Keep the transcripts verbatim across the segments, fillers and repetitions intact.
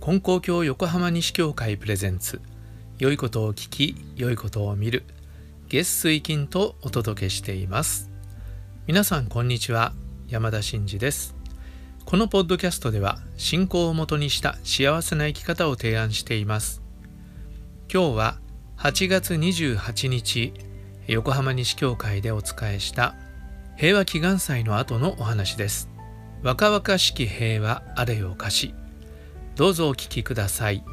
金光教横浜西教会プレゼンツ、良いことを聞き良いことを見る、月水金とお届けしています。皆さんこんにちは、山田真嗣です。このポッドキャストでは信仰をもとにした幸せな生き方を提案しています。今日ははちがつにじゅうはちにち、横浜西教会でお仕えした平和祈願祭の後のお話です。若々しき平和あれよかし。どうぞお聞きください。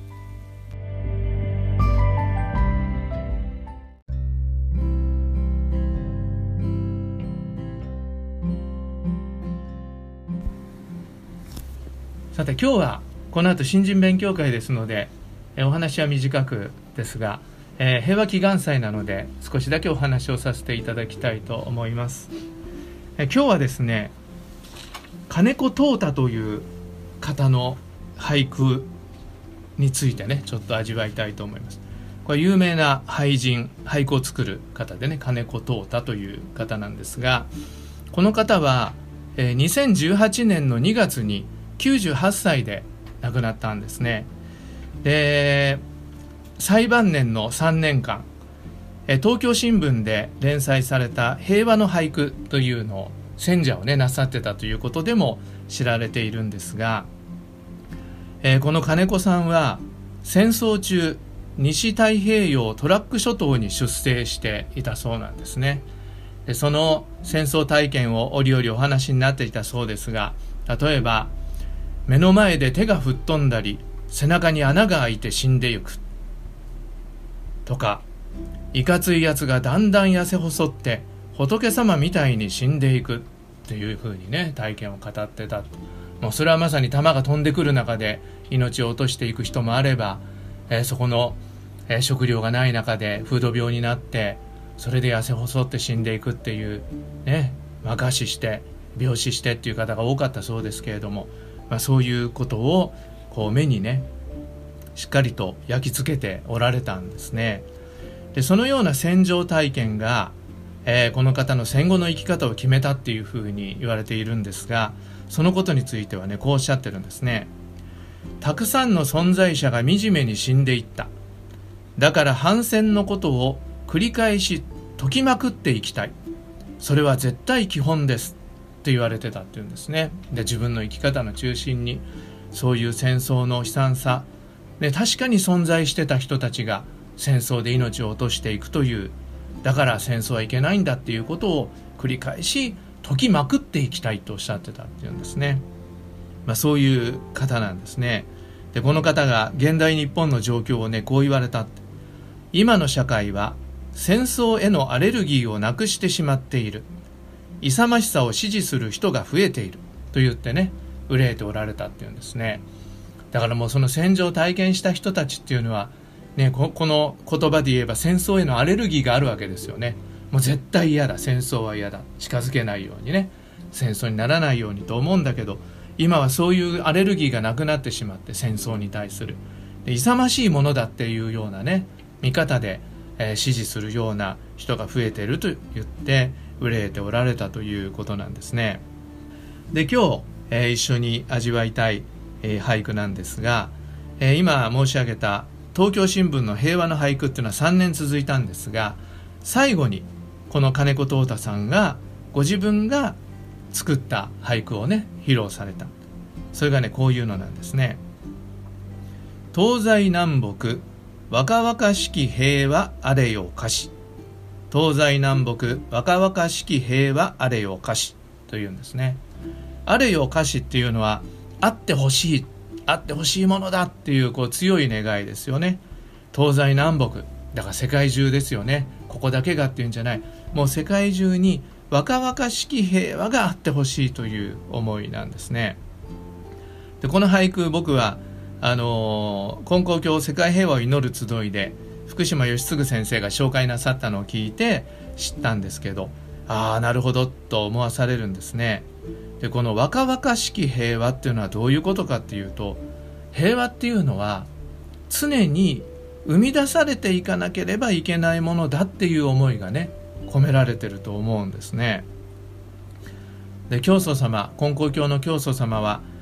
さて、今日はこの後新人勉強会ですので、えお話は短くですが、えー、平和祈願祭なので少しだけお話をさせていただきたいと思います。え今日はですね、金子東太という方の俳句についてね、ちょっと味わいたいと思います。これ有名な俳人、俳句を作る方でね、金子東太という方なんですが、この方は、えー、にせんじゅうはちねんのにがつにきゅうじゅうはっさいで亡くなったんですね。で、最晩年のさんねんかん、えー、東京新聞で連載された平和の俳句というのを選者をねなさってたということでも知られているんですが、えー、この金子さんは戦争中、西太平洋トラック諸島に出征していたそうなんですね。でその戦争体験を折々お話になっていたそうですが、例えば目の前で手が吹っ飛んだり、背中に穴が開いて死んでゆくとか、いかついやつがだんだん痩せ細って仏様みたいに死んでいくっていうふうにね、体験を語ってた。もうそれはまさに弾が飛んでくる中で命を落としていく人もあれば、えー、そこの、えー、食料がない中で風土病になって、それで痩せ細って死んでいくっていうね、まあ、餓死して病死してっていう方が多かったそうですけれども、まあ、そういうことをこう目にねしっかりと焼き付けておられたんですね。でそのような戦場体験が、えー、この方の戦後の生き方を決めたっていうふうに言われているんですが、そのことについてはね、こうおっしゃってるんですね。たくさんの存在者が惨めに死んでいった。だから反戦のことを繰り返し解きまくっていきたい。それは絶対基本ですって言われてたっていうんですね。で自分の生き方の中心にそういう戦争の悲惨さ、ね、確かに存在してた人たちが戦争で命を落としていくという、だから戦争はいけないんだっていうことを繰り返し解きまくっていきたいとおっしゃってたっていうんですね。まあ、そういう方なんですね。でこの方が現代日本の状況をねこう言われた。今の社会は戦争へのアレルギーをなくしてしまっている。勇ましさを支持する人が増えていると言ってね憂えておられたっていうんですね。だからもうその戦場を体験した人たちっていうのはね、こ, この言葉で言えば戦争へのアレルギーがあるわけですよね。もう絶対嫌だ、戦争は嫌だ、近づけないようにね、戦争にならないようにと思うんだけど、今はそういうアレルギーがなくなってしまって、戦争に対するで勇ましいものだっていうようなね見方で、えー、支持するような人が増えていると言って憂えておられたということなんですね。で今日、えー、一緒に味わいたい、えー、俳句なんですが、えー、今申し上げた東京新聞の平和の俳句っていうのはさんねん続いたんですが、最後にこの金子東太さんがご自分が作った俳句をね披露された。それがねこういうのなんですね。東西南北若々しき平和あれよかし。東西南北若々しき平和あれよかしというんですね。あれよかしっていうのはあってほしい、あってほしいものだっていう、こう強い願いですよね。東西南北だから世界中ですよね。ここだけがっていうんじゃない、もう世界中に若々しき平和があってほしいという思いなんですね。でこの俳句、僕はあのー、金光教世界平和を祈る集いで福島義嗣先生が紹介なさったのを聞いて知ったんですけど、ああなるほどと思わされるんですね。でこの若々しき平和っていうのはどういうことかっていうと、平和っていうのは常に生み出されていかなければいけないものだっていう思いがね込められてると思うんですね。で教祖様、金光教の教祖様は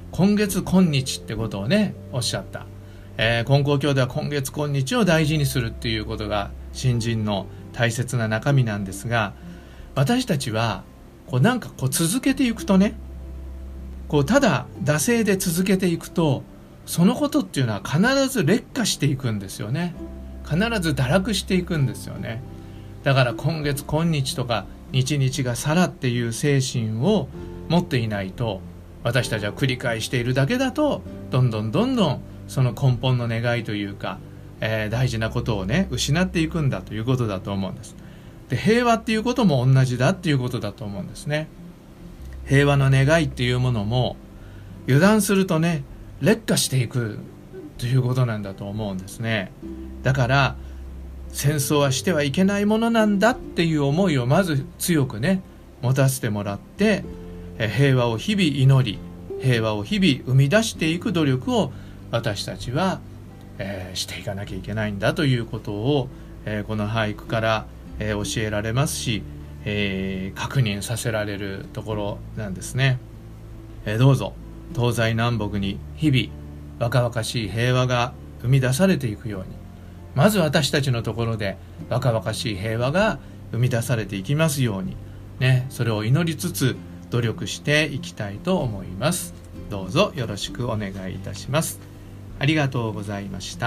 今月今日ってことをねおっしゃった、えー、金光教では今月今日を大事にするっていうことが信心の大切な中身なんですが、私たちはこうなんかこう続けていくとね、こうただ惰性で続けていくと、そのことっていうのは必ず劣化していくんですよね。必ず堕落していくんですよね。だから今月今日とか日々がさらっていう精神を持っていないと、私たちは繰り返しているだけだと、どんどんどんどんその根本の願いというか、えー、大事なことをね失っていくんだということだと思うんです。で、平和っていうことも同じだっていうことだと思うんですね。平和の願いっていうものも油断するとね劣化していくということなんだと思うんですね。だから戦争はしてはいけないものなんだっていう思いをまず強くね持たせてもらって、平和を日々祈り、平和を日々生み出していく努力を私たちは、えー、していかなきゃいけないんだということを、えー、この俳句から、えー、教えられますし、えー、確認させられるところなんですね。えー、どうぞ東西南北に日々若々しい平和が生み出されていくように、まず私たちのところで若々しい平和が生み出されていきますように、ね、それを祈りつつ努力していきたいと思います。どうぞよろしくお願いいたします。ありがとうございました。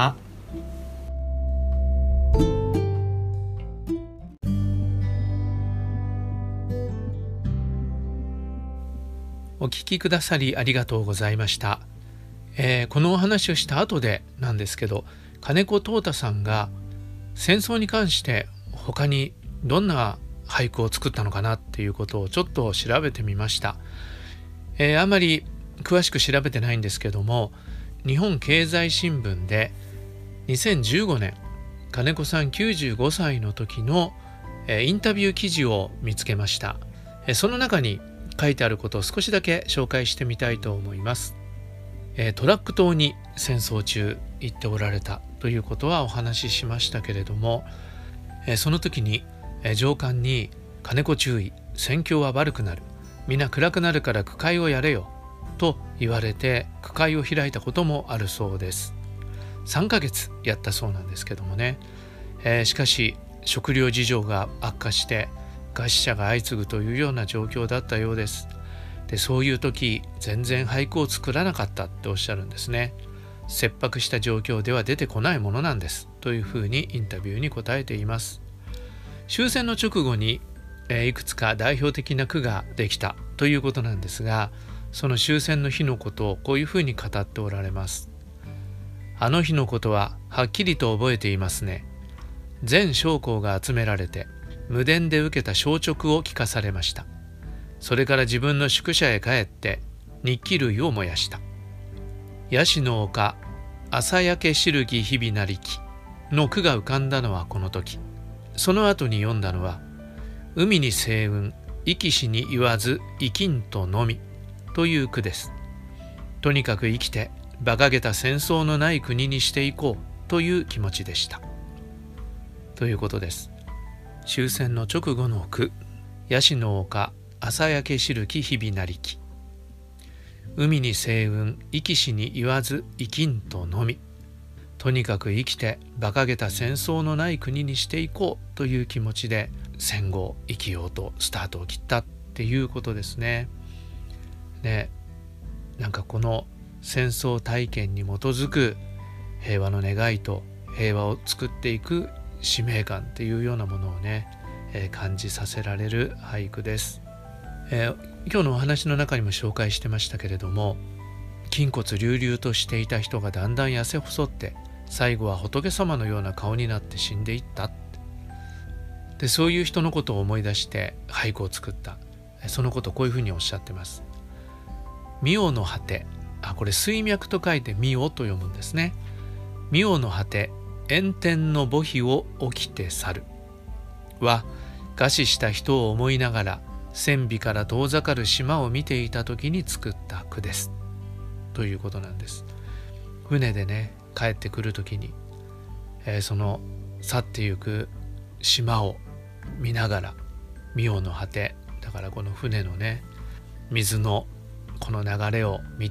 お聞きくださりありがとうございました。えー、このお話をした後でなんですけど、金子東太さんが戦争に関して他にどんな俳句を作ったのかなっていうことをちょっと調べてみました。えー、あまり詳しく調べてないんですけども、日本経済新聞でにせんじゅうごねん金子さんきゅうじゅうごさいの時の、えー、インタビュー記事を見つけました。えー、その中に書いてあることを少しだけ紹介してみたいと思います。えー、トラック島に戦争中行っておられたということはお話ししましたけれども、えー、その時に、えー、上官に金子注意、戦況は悪くなる、皆暗くなるから句会をやれよと言われて句会を開いたこともあるそうです。さんかげつやったそうなんですけどもね、えー、しかし食料事情が悪化して餓死者が相次ぐというような状況だったようです。で、そういう時全然俳句を作らなかったっておっしゃるんですね。切迫した状況では出てこないものなんですというふうにインタビューに答えています。終戦の直後に、えー、いくつか代表的な句ができたということなんですが、その終戦の日のことをこういうふうに語っておられます。あの日のことははっきりと覚えていますね。全将校が集められて無電で受けた消直を聞かされました。それから自分の宿舎へ帰って日記類を燃やした。ヤシの丘朝焼けしるぎ日々なりきの句が浮かんだのはこの時。その後に読んだのは海に星雲生きしに言わず生きんとのみという句です。とにかく生きて馬鹿げた戦争のない国にしていこうという気持ちでしたということです。終戦の直後の句、ヤシの丘朝焼けしるき日々なりき、海に星雲生きしに言わず生きんとのみ、とにかく生きて馬鹿げた戦争のない国にしていこうという気持ちで戦後生きようとスタートを切ったっていうことですね。で、なんかこの戦争体験に基づく平和の願いと平和を作っていく使命感っていうようなものをね、えー、感じさせられる俳句です。えー、今日のお話の中にも紹介してましたけれども、筋骨隆々としていた人がだんだん痩せ細って最後は仏様のような顔になって死んでいったってで、そういう人のことを思い出して俳句を作った。そのことをこういうふうにおっしゃってます。御代の果て、あ、これ水脈と書いて御代と読むんですね。御代の果て炎天の墓碑を起きて去るは、餓死した人を思いながら船尾から遠ざかる島を見ていた時に作った句ですということなんです。船でね帰ってくる時に、えー、その去ってゆく島を見ながら、御代の果てだからこの船のね水のこの流れを見て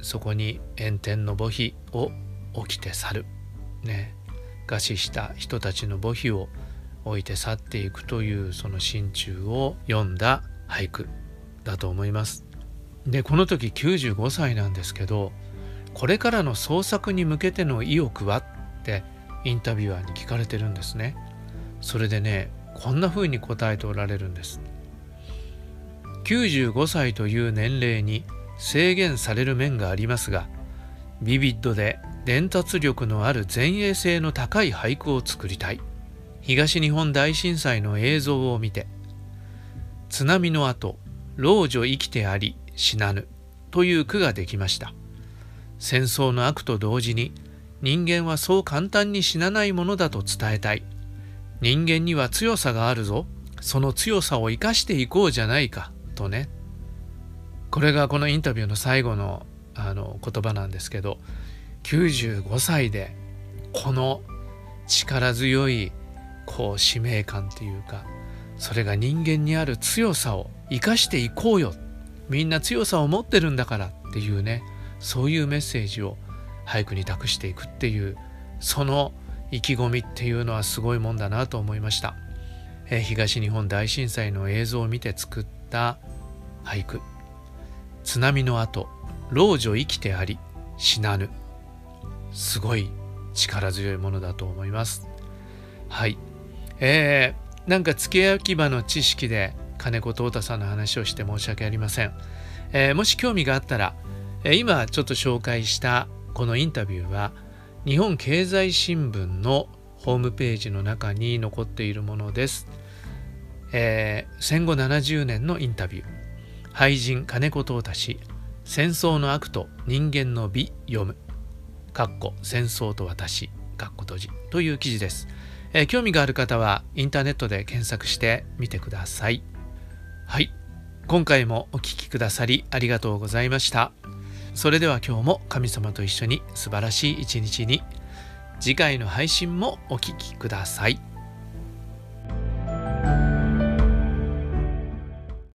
そこに炎天の墓碑を置きて去る、ね、餓死した人たちの墓碑を置いて去っていくという、その心中を詠んだ俳句だと思います。でこの時きゅうじゅうごさいなんですけど、これからの創作に向けての意欲はってインタビュアーに聞かれてるんですね。それでね、こんな風に答えておられるんです。きゅうじゅうごさいという年齢に制限される面がありますが、ビビッドで伝達力のある前衛性の高い俳句を作りたい。東日本大震災の映像を見て、津波の後、老女生きてあり死なぬという句ができました。戦争の悪と同時に、人間はそう簡単に死なないものだと伝えたい。人間には強さがあるぞ。その強さを生かしていこうじゃないかとね。これがこのインタビューの最後のあの言葉なんですけど、きゅうじゅうごさいでこの力強いこう使命感っていうか、それが人間にある強さを生かしていこうよ、みんな強さを持ってるんだからっていうね、そういうメッセージを俳句に託していくっていう、その意気込みっていうのはすごいもんだなと思いました。えー、東日本大震災の映像を見て作った俳句。津波の後、老女生きてあり死なぬ。すごい力強いものだと思います。はい、えー、なんか付け焼き場の知識で金子東太さんの話をして申し訳ありません。えー、もし興味があったら、えー、今ちょっと紹介したこのインタビューは日本経済新聞のホームページの中に残っているものです。えー、戦後ななじゅうねんのインタビュー。俳人金子東太氏、戦争の悪と人間の美読む。かっこ戦争と私。かっこ閉じという記事です。えー、興味がある方はインターネットで検索してみてください。はい、今回もお聞きくださりありがとうございました。それでは今日も神様と一緒に素晴らしい一日に。次回の配信もお聞きください。